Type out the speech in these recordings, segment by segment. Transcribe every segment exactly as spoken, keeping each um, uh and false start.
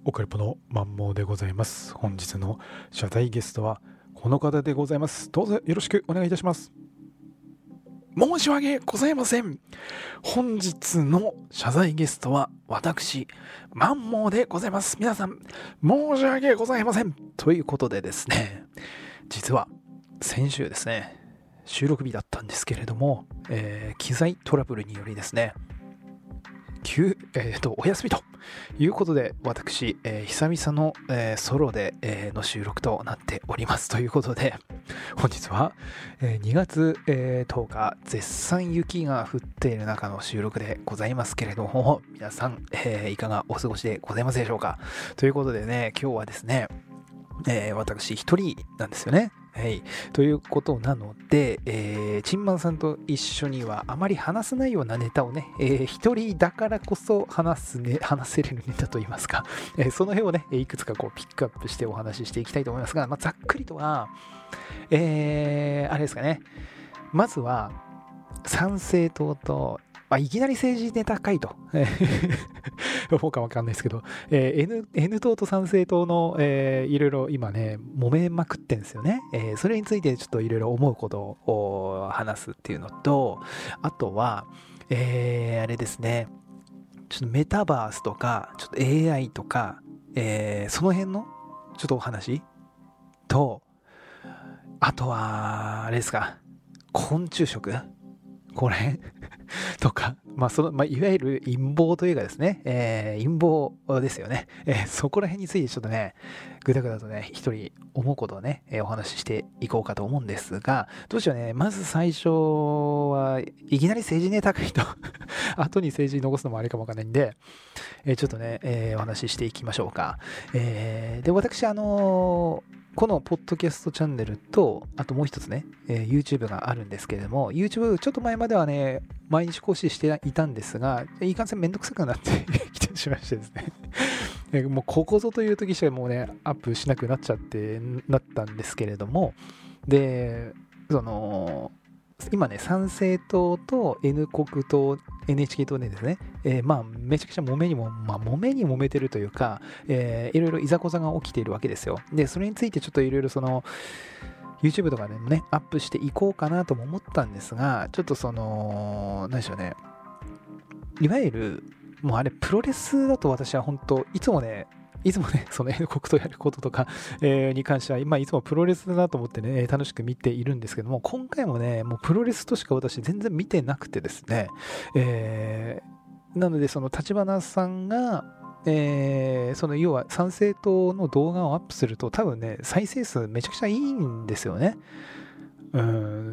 オカルポのマンモーでございます。本日の謝罪ゲストはこの方でございます。どうぞよろしくお願いいたします。申し訳ございません。本日の謝罪ゲストは私マンモーでございます。皆さん申し訳ございません。ということでですね、実は先週ですね、収録日だったんですけれども、えー、機材トラブルによりですね急、えー、とお休みということで、私、えー、久々の、えー、ソロで、えー、の収録となっておりますということで、本日は、えー、にがつ、えー、とおか絶賛雪が降っている中の収録でございますけれども、皆さん、えー、いかがお過ごしでございますでしょうか。ということでね、今日はですね、えー、私一人なんですよね。はい。ということなので、えー、チンマンさんと一緒にはあまり話せないようなネタをね、えー、一人だからこそ話すね、話せれるネタといいますか、えー、その辺をね、いくつかこうピックアップしてお話ししていきたいと思いますが、まあ、ざっくりとは、えー、あれですかね。まずは、参政党と、まあ、いきなり政治ネタかいと思うかわかんないですけど、えー、N, N 党と参政党の、えー、いろいろ今ね揉めまくってんですよね、えー、それについてちょっといろいろ思うことを話すっていうのと、あとは、えー、あれですね、ちょっとメタバースとかちょっと エーアイ とか、えー、その辺のちょっとお話と、あとはあれですか、昆虫食これとか、まあそのまあ、いわゆる陰謀というかですね、えー、陰謀ですよね、えー、そこら辺についてちょっとね、ぐだぐだとね、一人思うことをね、えー、お話ししていこうかと思うんですが、どうしようね、まず最初はいきなり政治ネタかいと後に政治に残すのもあれかもわかんないんで、えー、ちょっとね、えー、お話ししていきましょうか。えー、で、私、あのーこのポッドキャストチャンネルと、あともう一つね、えー、YouTube があるんですけれども、YouTube ちょっと前まではね、毎日更新していたんですが、いかんせんめんどくさくなってきてしまいましてですねえー、もうここぞという時しかもうね、アップしなくなっちゃってなったんですけれども、で、その、今ね、参政党と N 国党、エヌエイチケー 党でですね、えー、まあ、めちゃくちゃ揉めにも、まあ、揉めに揉めてるというか、えー、いろいろいざこざが起きているわけですよ。で、それについてちょっといろいろその、YouTube とかでもね、アップしていこうかなとも思ったんですが、ちょっとその、何でしょうね、いわゆる、もうあれ、プロレスだと私は本当、いつもね、いつもね、その N 国とやることとか、えー、に関しては、まあ、いつもプロレスだなと思ってね、楽しく見ているんですけども、今回もね、もうプロレスとしか私全然見てなくてですね、えー、なので、その立花さんが、えー、その要は参政党の動画をアップすると、多分ね、再生数めちゃくちゃいいんですよね。うん、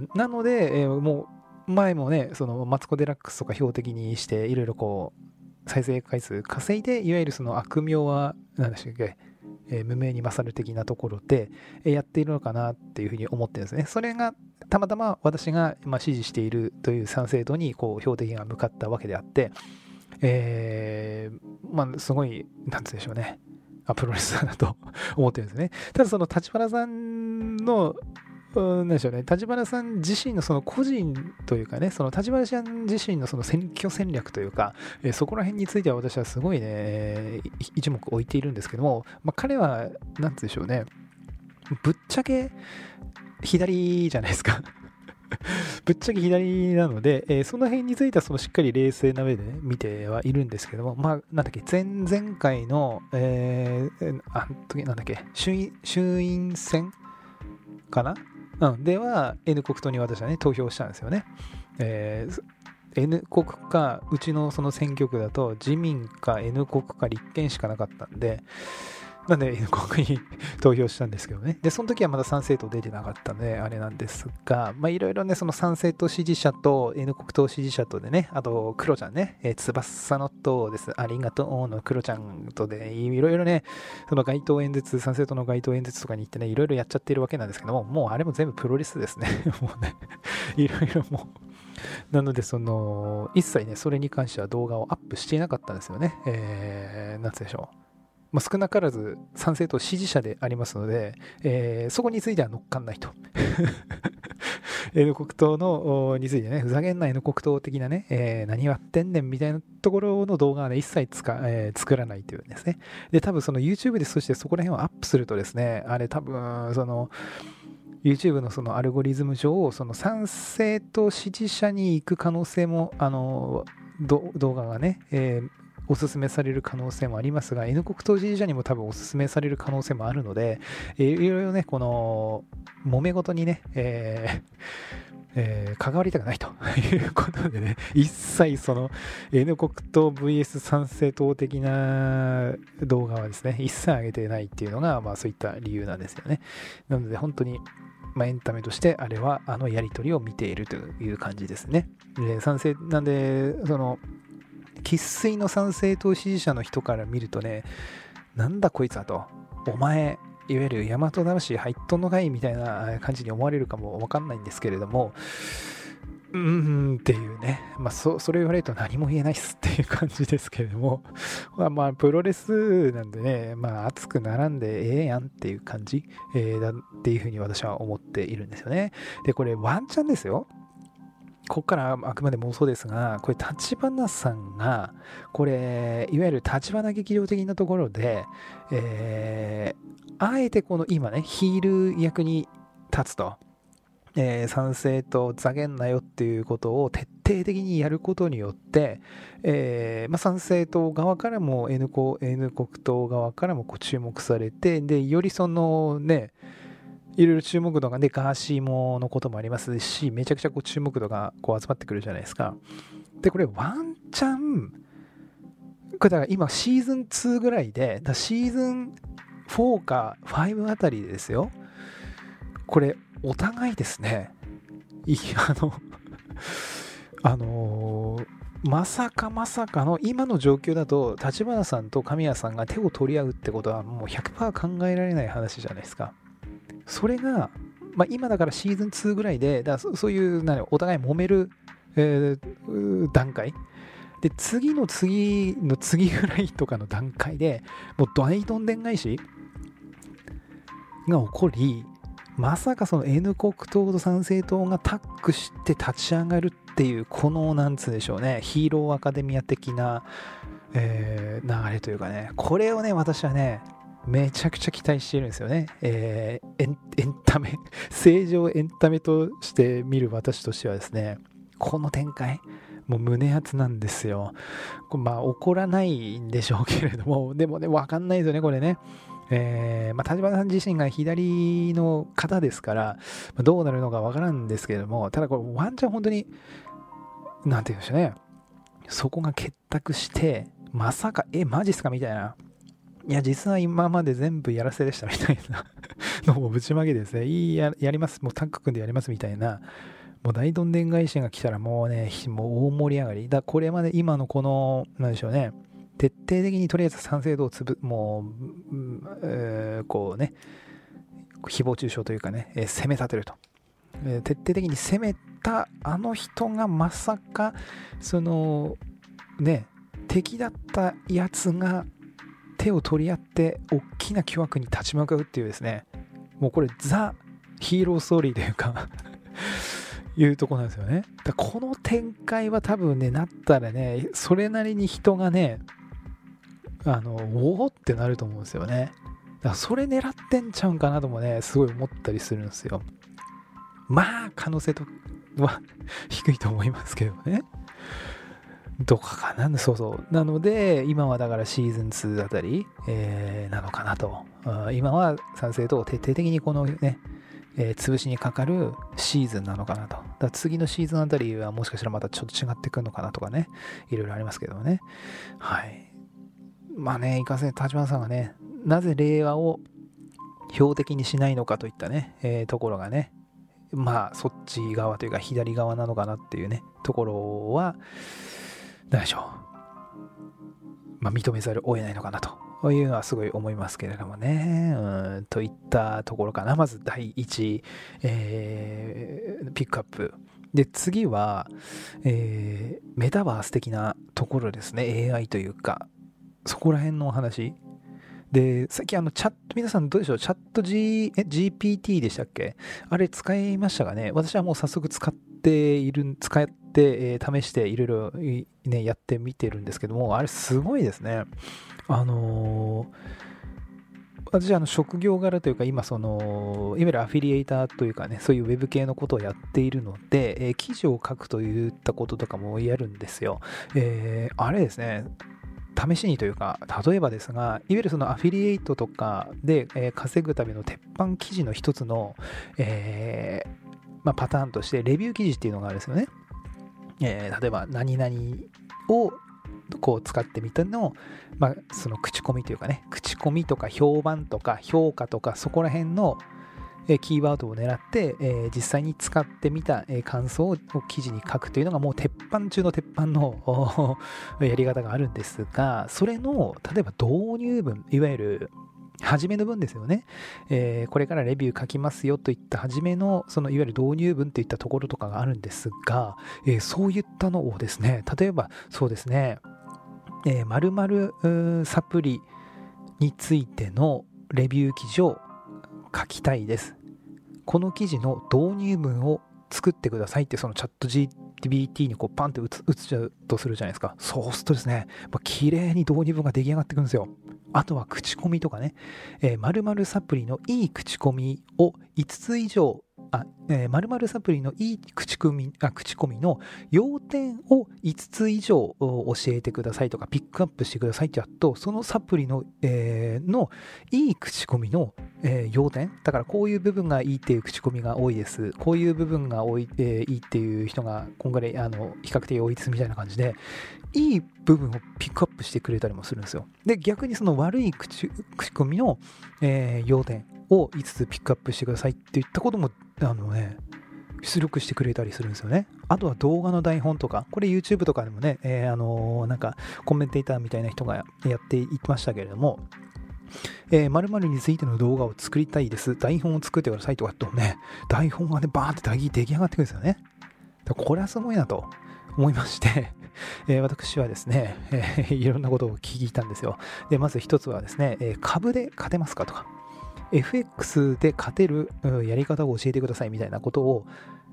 なので、えー、もう、前もね、そのマツコ・デラックスとか標的にして、いろいろこう、再生回数稼いで、いわゆるその悪名は何でしたっけ、えー、無名に勝る的なところで、えー、やっているのかなっていうふうに思ってるんですね。それがたまたま私が、まあ、支持しているという参政党にこう標的が向かったわけであって、えー、まあすごいなんて言うんでしょうね、あプロレスだなと思ってるんですね。ただその立花さんのなんでしょうね、立花さん自身のその個人というかね、その立花さん自身のその選挙戦略というか、えー、そこら辺については私はすごいね、一目置いているんですけども、まあ、彼は、なんて言うんでしょうね、ぶっちゃけ左じゃないですか。ぶっちゃけ左なので、えー、その辺についてはそのしっかり冷静な目で、ね、見てはいるんですけども、まあ、なんだっけ、前々回の、えー、あの時なんだっけ、衆院、衆院選かなうん、では N 国党に私はね投票したんですよね。えー、N 国かうちのその選挙区だと自民か N 国か立憲しかなかったんで、なんで N 国に投票したんですけどね。でその時はまだ参政党出てなかったのであれなんですが、まあいろいろね、その参政党支持者と N 国党支持者とでね、あとクロちゃんね、えー、翼の党です、ありがとうのクロちゃんとでいろいろね、その街頭演説、参政党の街頭演説とかに行ってね、いろいろやっちゃってるわけなんですけども、もうあれも全部プロレスですね。もうね、いろいろもうなのでその一切ね、それに関しては動画をアップしていなかったんですよね。えー、なんつうでしょう、まあ、少なからず参政党支持者でありますので、えー、そこについては乗っかんないと N 国党のについてね、ふざけんな N 国党的なね、えー、何やってんねんみたいなところの動画はね、一切つか、えー、作らないというんですね。で、多分その YouTube でそしてそこら辺をアップするとですね、あれ多分、その、YouTube のそのアルゴリズム上、その賛成と支持者に行く可能性も、あの、動画がね、えーおすすめされる可能性もありますが、N 国党支持者にも多分おすすめされる可能性もあるので、えー、いろいろね、この、揉め事にね、えーえー、関わりたくないということでね、一切その N 国党 ブイエス 参政党的な動画はですね、一切上げてないっていうのが、まあそういった理由なんですよね。なので本当に、まあ、エンタメとしてあれはあのやり取りを見ているという感じですね。で、賛成、なんで、その、生粋の参政党支持者の人から見るとね、なんだこいつはと、お前、いわゆる大和魂入っとんのかいみたいな感じに思われるかもわかんないんですけれども、うーんっていうね、まあそ、それ言われると何も言えないっすっていう感じですけれども、まあ、まあ、プロレスなんでね、まあ、熱く並んでええやんっていう感じ、えー、だっていうふうに私は思っているんですよね。で、これワンチャンですよ。ここからあくまで妄想ですが、これ、立花さんが、これ、いわゆる立花劇場的なところで、えー、あえてこの今ね、ヒール役に立つと、えー、賛成とざけんなよっていうことを徹底的にやることによって、えーまあ、賛成党側からも N 国、N 国党側からもこう注目されて、で、よりそのね、いろいろ注目度がね、ガーシーものこともありますし、めちゃくちゃこう注目度がこう集まってくるじゃないですか。で、これワンチャン、これだから今シーズンツーぐらいで、だシーズンフォーかファイブあたりでですよ。これお互いですね、いあの、あのー、まさかまさかの今の状況だと、立花さんと神谷さんが手を取り合うってことはもう ひゃくパーセント 考えられない話じゃないですか。それが、まあ、今だからシーズンツーぐらいで、だそそういう何お互い揉める、えー、段階で、次の次の次ぐらいとかの段階でもう大どんでん返しが起こり、まさかその N 国党と参政党がタッグして立ち上がるっていう、このなんつうでしょうね、ヒーローアカデミア的な、えー、流れというかね、これをね、私はね、めちゃくちゃ期待しているんですよね。えー、エン、エンタメ、正常エンタメとして見る私としてはですね、この展開、もう胸熱なんですよ。まあ、起こらないんでしょうけれども、でもね、わかんないですよね、これね。えー、まあ、立花さん自身が左の方ですから、まあ、どうなるのかわからんですけれども、ただこれ、ワンチャン本当に、なんて言うんでしょうね、そこが結託して、まさか、え、マジっすかみたいな。いや、実は今まで全部やらせでしたみたいなのをぶちまけてですね、いいや、やります、もうタッグ組んでやりますみたいな、もう大どんでん返しが来たらもうね、もう大盛り上がり。だこれまで今のこの、なんでしょうね、徹底的にとりあえず賛成度をつぶ、もう、えー、こうね、誹謗中傷というかね、えー、攻め立てると。えー、徹底的に攻めたあの人がまさか、その、ね、敵だったやつが、手を取り合って大きな巨悪に立ち向かうっていうですね、もうこれザ・ヒーローストーリーというかいうとこなんですよね。だこの展開は多分ね、なったらね、それなりに人がね、あのおおってなると思うんですよね。だからそれ狙ってんちゃうんかなともね、すごい思ったりするんですよ。まあ可能性とは低いと思いますけどね。どこかな、そうそうなので今はだからシーズンツーあたり、えー、なのかなと。今は賛成と徹底的にこのね、えー、潰しにかかるシーズンなのかなと。だから次のシーズンあたりはもしかしたらまたちょっと違ってくるのかなとかね、いろいろありますけどね。はい。まあね、いかせ立花さんがね、なぜ令和を標的にしないのかといったね、えー、ところがね、まあそっち側というか左側なのかなっていうね、ところは何でしょう、まあ、認めざるを得ないのかなというのはすごい思いますけれどもね。うんといったところかな。まずだいいち、えー、ピックアップで、次は、えー、メタバース的なところですね。 エーアイ というかそこら辺のお話で、最近あのチャット、皆さんどうでしょう、チャット、G、え ジーピーティー でしたっけ、あれ使いましたかね。私はもう早速使っている、使って、えー試していろいろね、やってみてるんですけども、あれすごいですね。あのー私はあの職業柄というか、今その、いわゆるアフィリエイターというかね、そういうウェブ系のことをやっているので、えー記事を書くといったこととかもやるんですよ。えーあれですね、試しにというか、例えばですが、いわゆるそのアフィリエイトとかで、えー稼ぐための鉄板記事の一つの、えーまあ、パターンとして、レビュー記事っていうのがあるんですよね。えー例えば、何々をこう使ってみたのを、まあ、その口コミというかね、口コミとか評判とか評価とか、そこら辺のえーキーワードを狙って、えー実際に使ってみた、えー感想を記事に書くというのがもう鉄板中の鉄板のやり方があるんですが、それの例えば導入文、いわゆる初めの文ですよね、えーこれからレビュー書きますよといった初めのそのいわゆる導入文といったところとかがあるんですが、えーそういったのをですね、例えばそうですね、えー、〇〇サプリについてのレビュー記事を書きたいです。この記事の導入文を作ってくださいって、そのチャット ジーピーティー にこうパンって打つ打つちゃうとするじゃないですか。そうするとですね、まあ、綺麗に導入文が出来上がってくるんですよ。あとは口コミとかね、えー、〇〇サプリのいい口コミをいつつ以上、あ、えー、〇〇サプリのいい口コミ、あ、口コミの要点をいつつ以上教えてくださいとか、ピックアップしてくださいってやっと、そのサプリの、えーのいい口コミの、えー要点、だからこういう部分がいいっていう口コミが多いです、こういう部分が多い、えーいいっていう人がこんぐらいあの比較的多いですみたいな感じで、いい部分をピックアップしてくれたりもするんですよ。で、逆にその悪い口口コミの、えー要点をいつつピックアップしてくださいっていったこともあのね出力してくれたりするんですよね。あとは動画の台本とか、これ YouTube とかでもね、えーあのーなんかコメンテーターみたいな人がやっていましたけれども、えー、〇〇についての動画を作りたいです、台本を作ってくださいとかとね、台本がねバーンって出来上がってくるんですよね。だからこれはすごいなと思いましてえー私はですね、えーいろんなことを聞いたんですよ。で、まず一つはですね、えー株で勝てますかとか、エフエックス で勝てるうんやり方を教えてくださいみたいなことを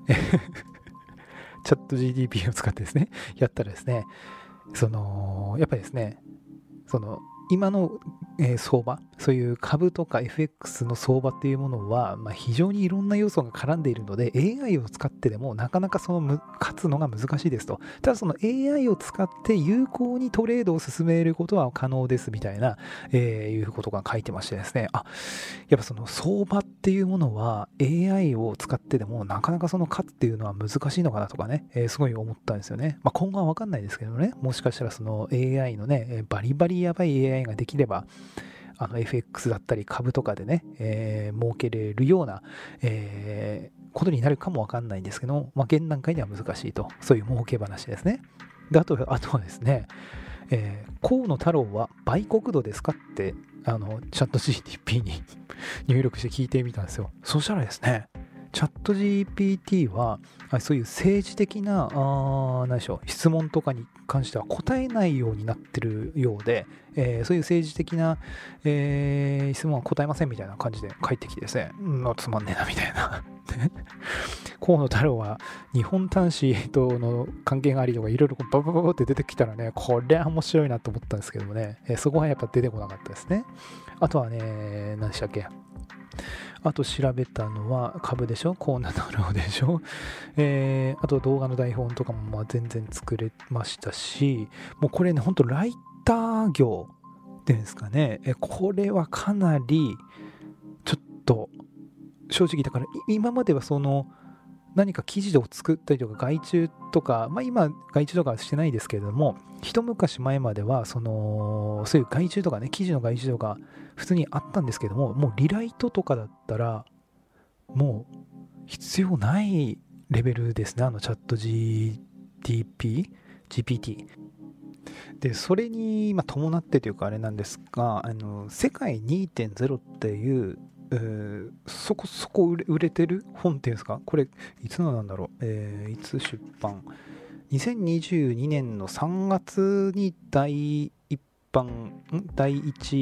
チャット ジーティーピー を使ってですね、やったらですね、その、やっぱりですね、その、今の、えー相場、そういう株とか エフエックス の相場っていうものは、まあ、非常にいろんな要素が絡んでいるので、エーアイ を使ってでもなかなかそのむ勝つのが難しいですと。ただその エーアイ を使って有効にトレードを進めることは可能ですみたいな、えーいうことが書いてましてですね、あ、やっぱその相場っていうものは エーアイ を使ってでもなかなかその勝つっていうのは難しいのかなとかね、えーすごい思ったんですよね。まあ、今後は分かんないですけどね、もしかしたらその エーアイ のね、えーバリバリやばい エーアイ ができれば、あの エフエックス だったり株とかでね、えー儲けれるような、えーことになるかもわかんないんですけど、まあ、現段階では難しいと、そういう儲け話ですね。で、あとあとはですね、えー河野太郎は売国度ですかってあのチャット ジーティーピー に入力して聞いてみたんですよ。そしたらですね、チャット ジーピーティー はあそういう政治的なあー何でしょう質問とかに関しては答えないようになってるようで、えーそういう政治的な、えー質問は答えませんみたいな感じで返ってきてですね、うん、つまんねえなみたいな河野太郎は日本端子との関係がありとかいろいろババババって出てきたらね、これは面白いなと思ったんですけどもね、えーそこはやっぱ出てこなかったですね。あとはね、何でしたっけ、あと調べたのは株でしょ、河野太郎でしょ、えー、あと動画の台本とかもまあ全然作れましたし、もうこれね、ほんとライター業っていうんですかね、えこれはかなりちょっと正直だから、い今まではその何か記事を作ったりとか外注とか、まあ今外注とかはしてないですけれども、一昔前まではそのそういう外注とかね、記事の外注とか普通にあったんですけども、もうリライトとかだったらもう必要ないレベルですね、あのチャット ジーティーピー、ジーピーティー で、それにまあ伴ってというかあれなんですが、あの世界 にてんゼロ っていう、えーそこそこ売れ売れてる本っていうんですか、これいつのなんだろう、えーいつ出版、にせんにじゅうにねんのさんがつに第一版ん第一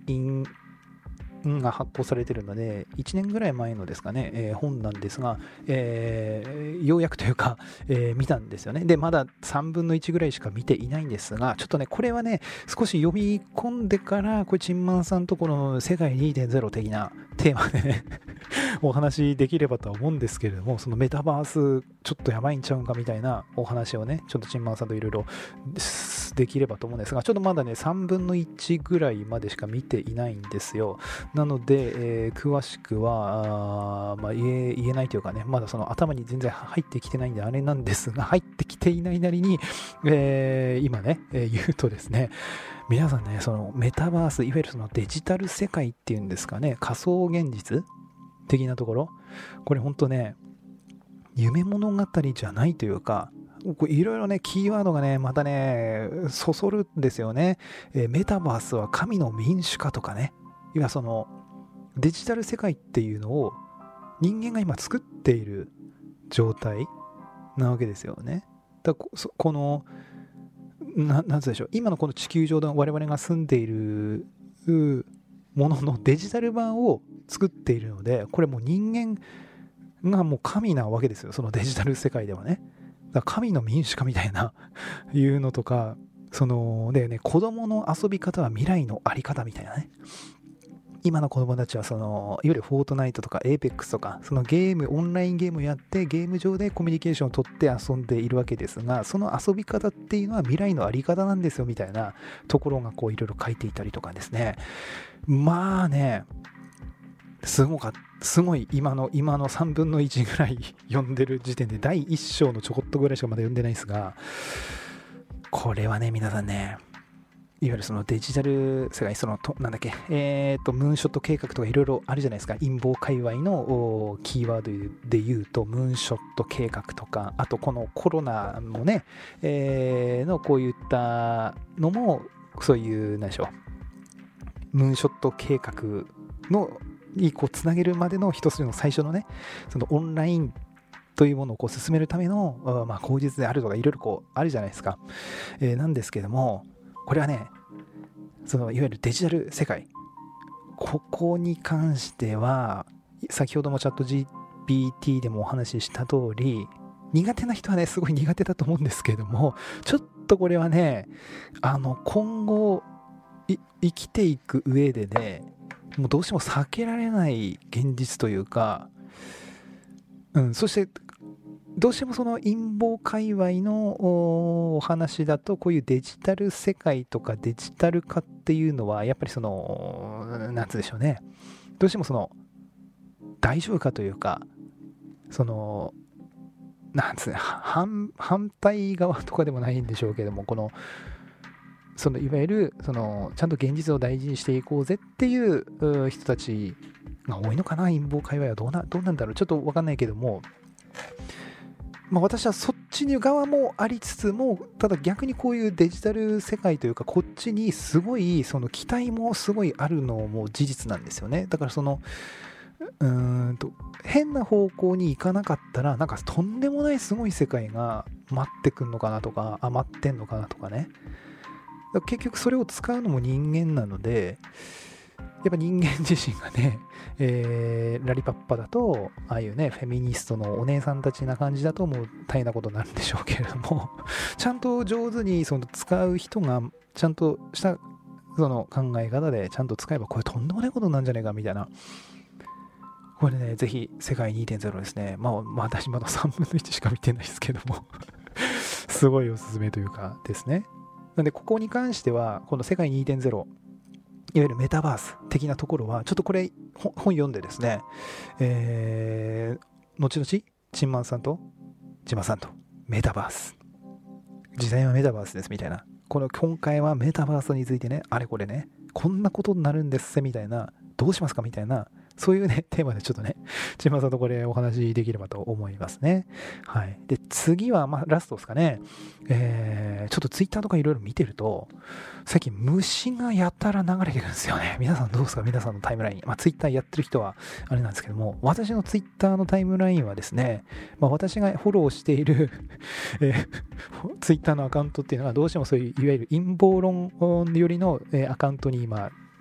印が発行されているのでいちねんぐらい前のですかね、えー、本なんですが、えー、ようやくというか、えー、見たんですよね。でまださんぶんのいちぐらいしか見ていないんですが、ちょっとねこれはね少し読み込んでからこれチンマンさんとこの世界 にてんゼロ 的なテーマでねお話できればとは思うんですけれども、そのメタバースちょっとやばいんちゃうんかみたいなお話をねちょっとチンマンさんといろいろできればと思うんですが、ちょっとまだねさんぶんのいちぐらいまでしか見ていないんですよ。なので、えー、詳しくはあ、まあ、言え、言えないというかね、まだその頭に全然入ってきてないんであれなんですが、入ってきていないなりに、えー、今ね、えー、言うとですね、皆さんね、そのメタバース、いわゆるそのデジタル世界っていうんですかね、仮想現実的なところ、これ本当ね、夢物語じゃないというか、いろいろねキーワードがねまたねそそるんですよね。えー、メタバースは神の民主化とかね、いやそのデジタル世界っていうのを人間が今作っている状態なわけですよね。だこ, この な, なんつうでしょう、今のこの地球上で我々が住んでいるもののデジタル版を作っているので、これもう人間がもう神なわけですよ、そのデジタル世界ではね。だから神の民主化みたいないうのとか、そのでね、子供の遊び方は未来のあり方みたいなね。今の子供たちはそのいわゆるフォートナイトとかエーペックスとかそのゲームオンラインゲームをやってゲーム上でコミュニケーションを取って遊んでいるわけですが、その遊び方っていうのは未来のあり方なんですよみたいなところがこういろいろ書いていたりとかですね。まあねすごかすごい今の今のさんぶんのいちぐらい読んでる時点でだいいっ章のちょこっとぐらいしかまだ読んでないんですが、これはね皆さんね、いわゆるそのデジタル世界、そのとなんだっけ、えーとムーンショット計画とかいろいろあるじゃないですか。陰謀界隈のキーワードで言うとムーンショット計画とか、あとこのコロナもね、えー、のこういったのもそういうなんでしょう、ムーンショット計画のにこうつなげるまでの一つの最初のね、そのオンラインというものをこう進めるための、まあ、口実であるとかいろいろこうあるじゃないですか、えー、なんですけども、これはねそのいわゆるデジタル世界、ここに関しては先ほどもチャット ジーピーティー でもお話しした通り、苦手な人はねすごい苦手だと思うんですけれども、ちょっとこれはねあの今後生きていく上でねもうどうしても避けられない現実というか、うん、そしてどうしてもその陰謀界隈のお話だとこういうデジタル世界とかデジタル化っていうのはやっぱりそのなんつうでしょうね、どうしてもその大丈夫かというか、そのなんつう反反対側とかでもないんでしょうけども、このそのいわゆるそのちゃんと現実を大事にしていこうぜっていう人たちが多いのかな。陰謀界隈はどうな、どうなんだろう、ちょっと分かんないけども、まあ、私はそっちに側もありつつも、ただ逆にこういうデジタル世界というかこっちにすごいその期待もすごいあるのも事実なんですよね。だからそのうーんと変な方向に行かなかったらなんかとんでもないすごい世界が待ってくんのかなとか、あ待ってんのかなとかね。結局それを使うのも人間なので、やっぱ人間自身がね、えー、ラリパッパだとああいうねフェミニストのお姉さんたちな感じだともう大変なことになるんでしょうけれどもちゃんと上手にその使う人がちゃんとしたその考え方でちゃんと使えばこれとんでもないことなんじゃないかみたいな、これねぜひ世界 にてんゼロ ですね。まあ、まあ、私まださんぶんのいちしか見てないですけどもすごいおすすめというかですね。なんでここに関してはこの世界 にてんゼロ、いわゆるメタバース的なところはちょっとこれ本読んでですね、えー、後々チンマンさんとジマさんとメタバース、時代はメタバースですみたいな、この今回はメタバースについてね、あれこれねこんなことになるんですみたいな、どうしますかみたいな、そういうねテーマでちょっとねチンマンさんとこれお話できればと思いますね。はい。で次はまあラストですかね。えー、ちょっとツイッターとかいろいろ見てると最近虫がやたら流れてるんですよね。皆さんどうですか、皆さんのタイムライン。まあツイッターやってる人はあれなんですけども、私のツイッターのタイムラインはですね、まあ、私がフォローしている、えー、ツイッターのアカウントっていうのはどうしてもそういういわゆる陰謀論よりの、えー、アカウントに今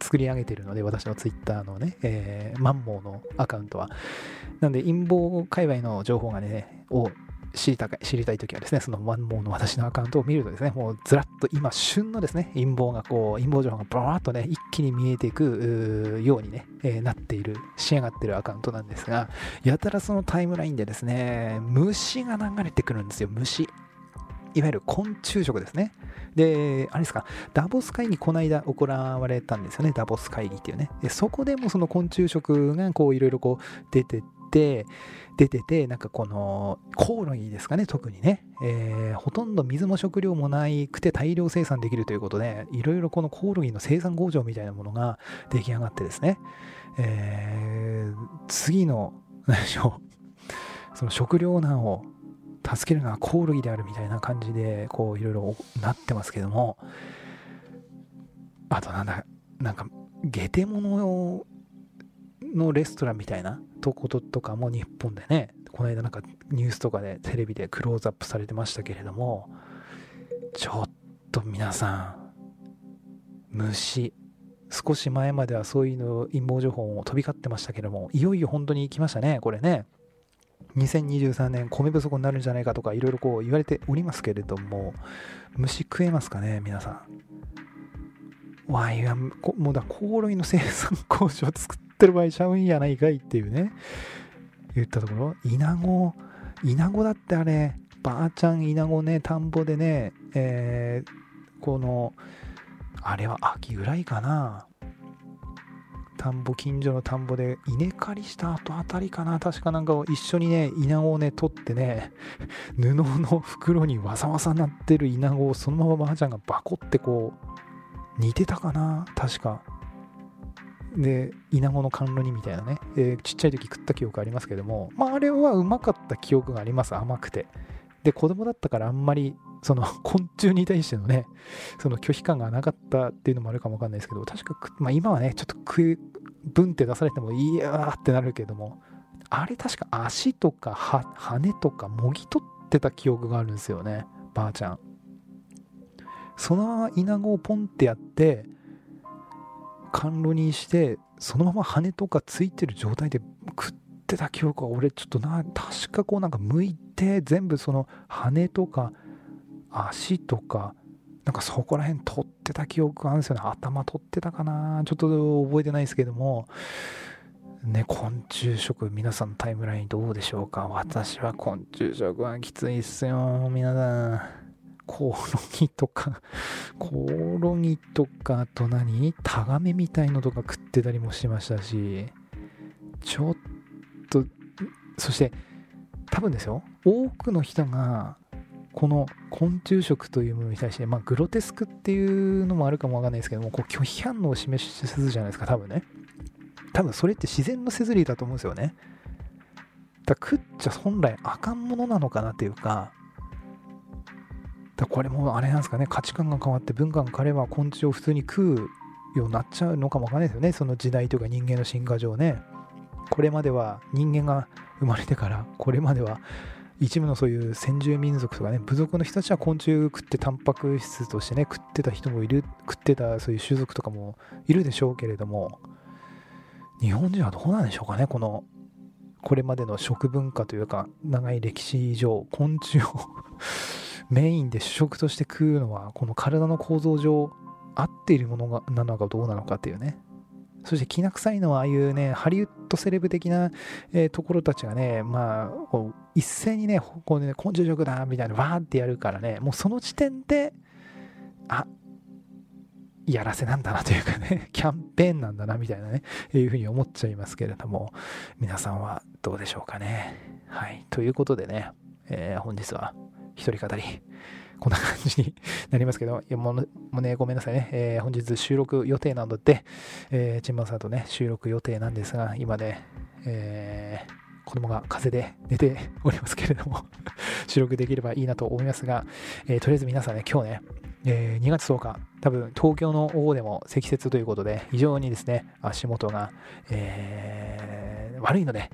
作り上げてるので、私のツイッターのね、えー、マンモーのアカウントは。なんで陰謀界隈の情報がね、を知りたい、知りたいときはですね、そのマンモーの私のアカウントを見るとですね、もうずらっと今旬のですね、陰謀がこう、陰謀情報がバーッとね、一気に見えていくようにね、えー、なっている、仕上がっているアカウントなんですが、やたらそのタイムラインでですね、虫が流れてくるんですよ、虫。いわゆる昆虫食ですね。で、あれですか、ダボス会議この間行われたんですよね、ダボス会議っていうね。でそこでもその昆虫食がこういろいろこう出てて、出てて、なんかこのコオロギですかね、特にね、えー、ほとんど水も食料もないくて大量生産できるということで、いろいろこのコオロギの生産工場みたいなものが出来上がってですね、えー、次の、何でしょう、その食糧難を助けるのはコオロギであるみたいな感じでこういろいろなってますけども、あとなんだなんかゲテモノのレストランみたいなとこととかも日本でね、この間なんかニュースとかでテレビでクローズアップされてましたけれども、ちょっと皆さん、虫少し前まではそういうの陰謀情報も飛び交ってましたけども、いよいよ本当に来ましたね、これね。にせんにじゅうさんねん米不足になるんじゃないかとかいろいろこう言われておりますけれども、虫食えますかね皆さん。わいやもうだコオロギの生産工場作ってる場合ちゃうんやないかいっていうね、言ったところ、イナゴイナゴだってあればあちゃんイナゴね、田んぼでね、えー、このあれは秋ぐらいかな、田んぼ近所の田んぼで稲刈りした後あたりかな、確かなんかを一緒にねイナゴをね取ってね、布の袋にわさわさなってるイナゴをそのままばあちゃんがバコってこう煮てたかな確かで、イナゴの甘露煮みたいなね、えー、ちっちゃい時食った記憶ありますけども、まああれはうまかった記憶があります。甘くて。で子供だったからあんまりその昆虫に対してのねその拒否感がなかったっていうのもあるかもわかんないですけど、確か、まあ、今はねちょっと食う分って出されてもいやーってなるけども、あれ確か足とか羽とかもぎ取ってた記憶があるんですよね、ばあちゃん。そのままイナゴをポンってやって甘露にしてそのまま羽とかついてる状態で食ってた記憶は俺ちょっとな、確かこうなんか剥いて全部その羽とか足とかなんかそこら辺取ってた記憶があるんですよね。頭取ってたかな、ちょっと覚えてないですけどもね。昆虫食皆さんのタイムラインどうでしょうか。私は昆虫食はきついっすよ皆さん。コオロギとかコオロギとかあと何タガメみたいのとか食ってたりもしましたし、ちょっとそして多分ですよ、多くの人がこの昆虫食というものに対して、まあ、グロテスクっていうのもあるかもわかんないですけども、こう拒否反応を示すじゃないですか多分ね。多分それって自然の摂理だと思うんですよね。だから食っちゃ本来あかんものなのかなっていうか、だこれもあれなんですかね、価値観が変わって文化が変われば昆虫を普通に食うようになっちゃうのかもわかんないですよね。その時代というか人間の進化上ね。これまでは人間が生まれてからこれまでは一部のそういう先住民族とかね、部族の人たちは昆虫食ってタンパク質としてね食ってた人もいる、食ってたそういう種族とかもいるでしょうけれども、日本人はどうなんでしょうかね。このこれまでの食文化というか長い歴史上昆虫をメインで主食として食うのはこの体の構造上合っているものがなのかどうなのかっていうね。そしてきな臭いのはああいうねハリウッドセレブ的な、えー、ところたちがね、まあこう一斉にねこうね昆虫食だみたいなわーってやるからね、もうその時点であやらせなんだなというかね、キャンペーンなんだなみたいなねいうふうに思っちゃいますけれども、皆さんはどうでしょうかね。はい、ということでね、えー、本日は一人語りこんな感じになりますけど、いやもう、もうね、ごめんなさいね、えー、本日収録予定なので、えー、チンマンさんとね収録予定なんですが、今ね、えー、子供が風邪で寝ておりますけれども収録できればいいなと思いますが、えー、とりあえず皆さんね今日ね、えー、にがつとおか多分東京の方でも積雪ということで非常にですね足元が、えー、悪いので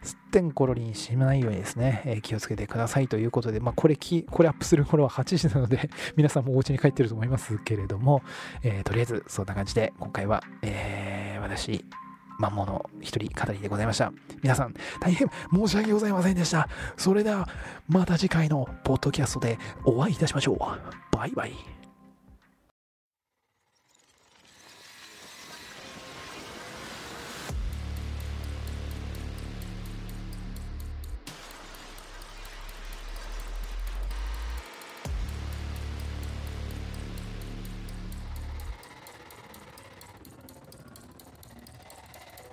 すってんころりんしないようにですね、えー、気をつけてくださいということで、まあ、これきこれアップする頃ははちじなので皆さんもお家に帰ってると思いますけれども、えー、とりあえずそんな感じで今回は、えー、私マンモの一人語りでございました。皆さん大変申し訳ございませんでした。それではまた次回のポッドキャストでお会いいたしましょう。バイバイ。